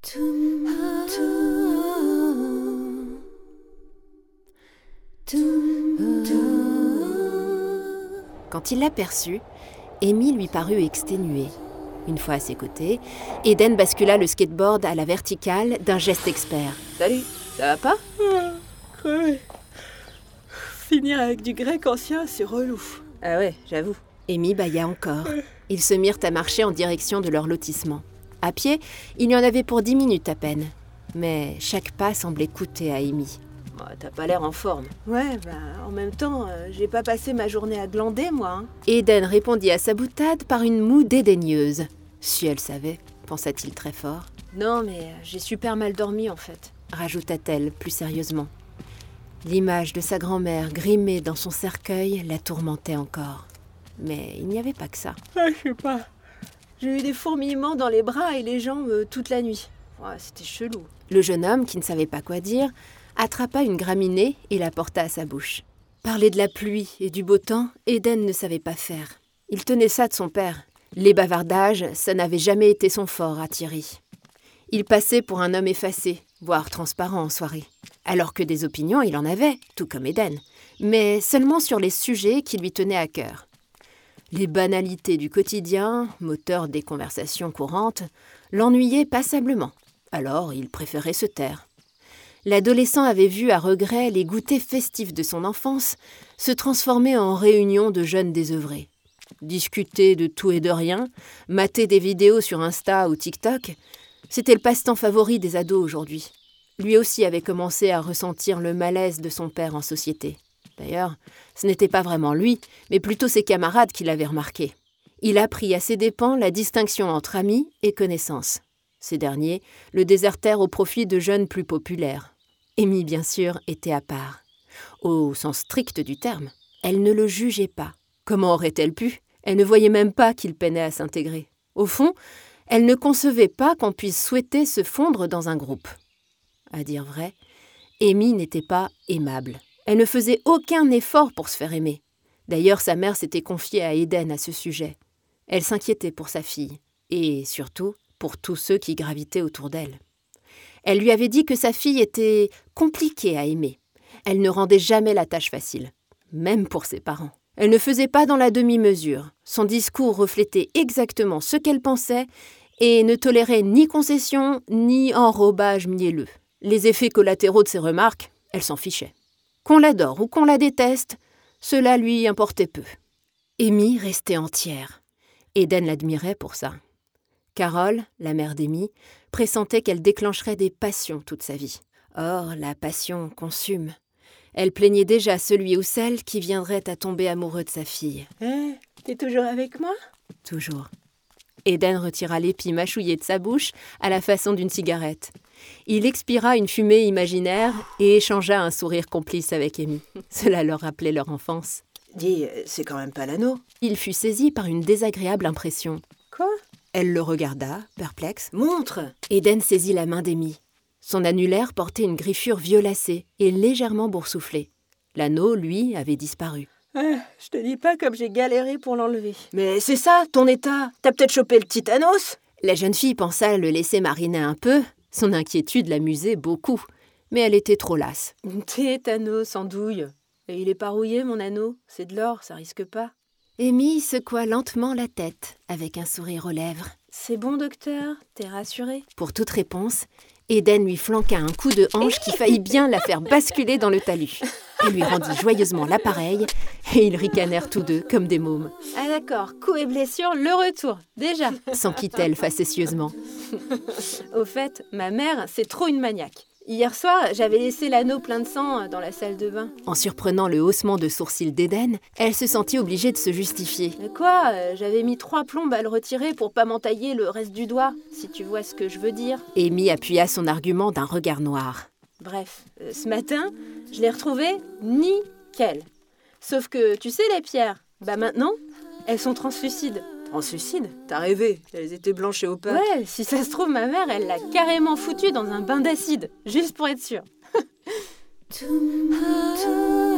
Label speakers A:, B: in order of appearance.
A: Quand il l'aperçut, Amy lui parut exténuée. Une fois à ses côtés, Eden bascula le skateboard à la verticale d'un geste expert.
B: « Salut, ça va pas ?»
C: Crevé. Finir avec du grec ancien, c'est relou.
B: Ah ouais, j'avoue.
A: Amy bâilla encore. Ils se mirent à marcher en direction de leur lotissement. À pied, il y en avait pour 10 minutes à peine. Mais chaque pas semblait coûter à Amy.
B: T'as pas l'air en forme.
C: Ouais, en même temps, j'ai pas passé ma journée à glander, moi. Hein.
A: Eden répondit à sa boutade par une moue dédaigneuse. Si elle savait, pensa-t-il très fort.
C: Non, mais j'ai super mal dormi, en fait.
A: Rajouta-t-elle plus sérieusement. L'image de sa grand-mère grimée dans son cercueil la tourmentait encore. Mais il n'y avait pas que ça.
C: Je sais pas. J'ai eu des fourmillements dans les bras et les jambes toute la nuit. Ouais, c'était chelou.
A: Le jeune homme, qui ne savait pas quoi dire, attrapa une graminée et la porta à sa bouche. Parler de la pluie et du beau temps, Eden ne savait pas faire. Il tenait ça de son père. Les bavardages, ça n'avait jamais été son fort à Thierry. Il passait pour un homme effacé, voire transparent en soirée. Alors que des opinions, il en avait, tout comme Eden, mais seulement sur les sujets qui lui tenaient à cœur. Les banalités du quotidien, moteur des conversations courantes, l'ennuyaient passablement. Alors il préférait se taire. L'adolescent avait vu à regret les goûters festifs de son enfance se transformer en réunions de jeunes désœuvrés. Discuter de tout et de rien, mater des vidéos sur Insta ou TikTok, c'était le passe-temps favori des ados aujourd'hui. Lui aussi avait commencé à ressentir le malaise de son père en société. D'ailleurs, ce n'était pas vraiment lui, mais plutôt ses camarades qui l'avaient remarqué. Il apprit à ses dépens la distinction entre amis et connaissances. Ces derniers le désertèrent au profit de jeunes plus populaires. Amy, bien sûr, était à part. Au sens strict du terme, elle ne le jugeait pas. Comment aurait-elle pu ? Elle ne voyait même pas qu'il peinait à s'intégrer. Au fond, elle ne concevait pas qu'on puisse souhaiter se fondre dans un groupe. À dire vrai, Amy n'était pas aimable. Elle ne faisait aucun effort pour se faire aimer. D'ailleurs, sa mère s'était confiée à Eden à ce sujet. Elle s'inquiétait pour sa fille, et surtout pour tous ceux qui gravitaient autour d'elle. Elle lui avait dit que sa fille était compliquée à aimer. Elle ne rendait jamais la tâche facile, même pour ses parents. Elle ne faisait pas dans la demi-mesure. Son discours reflétait exactement ce qu'elle pensait et ne tolérait ni concession ni enrobage mielleux. Les effets collatéraux de ses remarques, elle s'en fichait. Qu'on l'adore ou qu'on la déteste, cela lui importait peu. Amy restait entière. Eden l'admirait pour ça. Carole, la mère d'Amy, pressentait qu'elle déclencherait des passions toute sa vie. Or, la passion consume. Elle plaignait déjà celui ou celle qui viendrait à tomber amoureux de sa fille.
C: T'es toujours avec moi ?
A: Toujours. Eden retira l'épi mâchouillé de sa bouche à la façon d'une cigarette. Il expira une fumée imaginaire et échangea un sourire complice avec Amy. Cela leur rappelait leur enfance.
C: Dis, c'est quand même pas l'anneau.
A: Il fut saisi par une désagréable impression.
C: Quoi ?
A: Elle le regarda, perplexe.
C: Montre !
A: Eden saisit la main d'Amy. Son annulaire portait une griffure violacée et légèrement boursouflée. L'anneau, lui, avait disparu.
C: Je te dis pas comme j'ai galéré pour l'enlever. Mais c'est ça, ton état. T'as peut-être chopé le titanos ?
A: La jeune fille pensa le laisser mariner un peu. Son inquiétude l'amusait beaucoup, mais elle était trop lasse.
C: Tétanos, andouille. Et il est pas rouillé, mon anneau. C'est de l'or, ça risque pas.
A: Amy secoua lentement la tête, avec un sourire aux lèvres.
C: C'est bon, docteur ? T'es rassurée ?
A: Pour toute réponse, Eden lui flanqua un coup de hanche qui faillit bien la faire basculer dans le talus. Elle lui rendit joyeusement l'appareil et ils ricanèrent tous deux comme des mômes.
C: Ah d'accord, coup et blessure, le retour, déjà.
A: S'enquit-elle facétieusement.
C: Au fait, ma mère, c'est trop une maniaque. Hier soir, j'avais laissé l'anneau plein de sang dans la salle de bain.
A: En surprenant le haussement de sourcils d'Eden, elle se sentit obligée de se justifier.
C: Quoi ? J'avais mis 3 plombes à le retirer pour pas m'entailler le reste du doigt, si tu vois ce que je veux dire.
A: Amy appuya son argument d'un regard noir.
C: Bref, ce matin, je l'ai retrouvé nickel. Sauf que, tu sais les pierres, maintenant, elles sont translucides.
B: Translucide ? T'as rêvé, elles étaient blanches et opaques.
C: Ouais, si ça se trouve, ma mère, elle l'a carrément foutu dans un bain d'acide, juste pour être sûre.